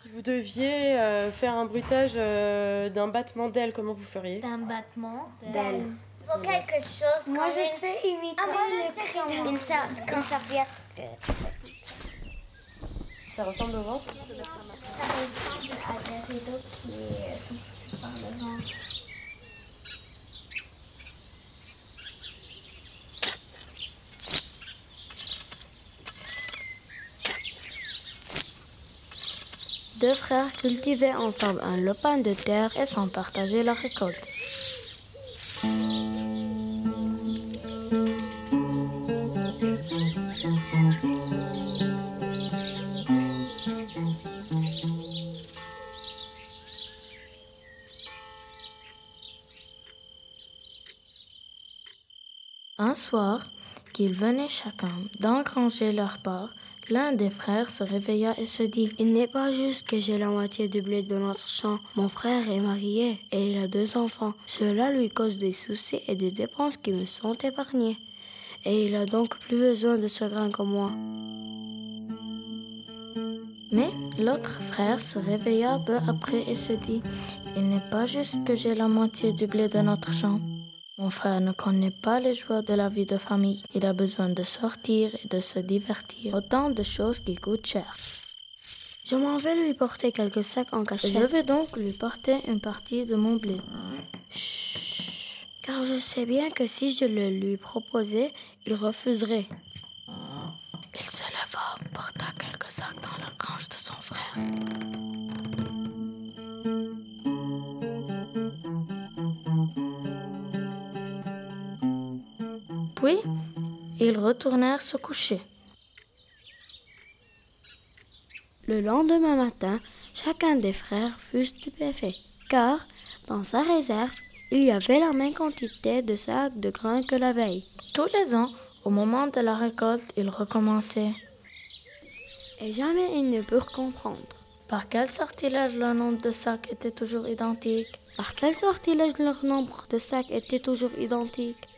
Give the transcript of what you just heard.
Si vous deviez faire un bruitage d'un battement d'aile, comment vous feriez? D'un battement D'aile. Pour quelque chose. Moi, je sais imiter le cri. Comme serviette. Ça ressemble au vent? Ça ressemble à des rideaux qui sont poussés par le vent. Deux frères cultivaient ensemble un lopin de terre et s'en partageaient la récolte. Un soir, qu'ils venaient chacun d'engranger leur part, l'un des frères se réveilla et se dit « Il n'est pas juste que j'ai la moitié du blé de notre champ. Mon frère est marié et il a 2 enfants. Cela lui cause des soucis et des dépenses qui me sont épargnées. Et il a donc plus besoin de ce grain que moi. » Mais l'autre frère se réveilla peu après et se dit « Il n'est pas juste que j'ai la moitié du blé de notre champ. Mon frère ne connaît pas les joies de la vie de famille. Il a besoin de sortir et de se divertir. Autant de choses qui coûtent cher. Je m'en vais lui porter quelques sacs en cachette. Je vais donc lui porter une partie de mon blé. Chut, car je sais bien que si je le lui proposais, il refuserait. » Il se leva, porta quelques sacs dans la grange de son frère. Puis, ils retournèrent se coucher. Le lendemain matin, chacun des frères fut stupéfait, car, dans sa réserve, il y avait la même quantité de sacs de grains que la veille. Tous les ans, au moment de la récolte, ils recommençaient. Et jamais ils ne purent comprendre. Par quel sortilège leur nombre de sacs était toujours identique? Par quel sortilège leur nombre de sacs était toujours identique?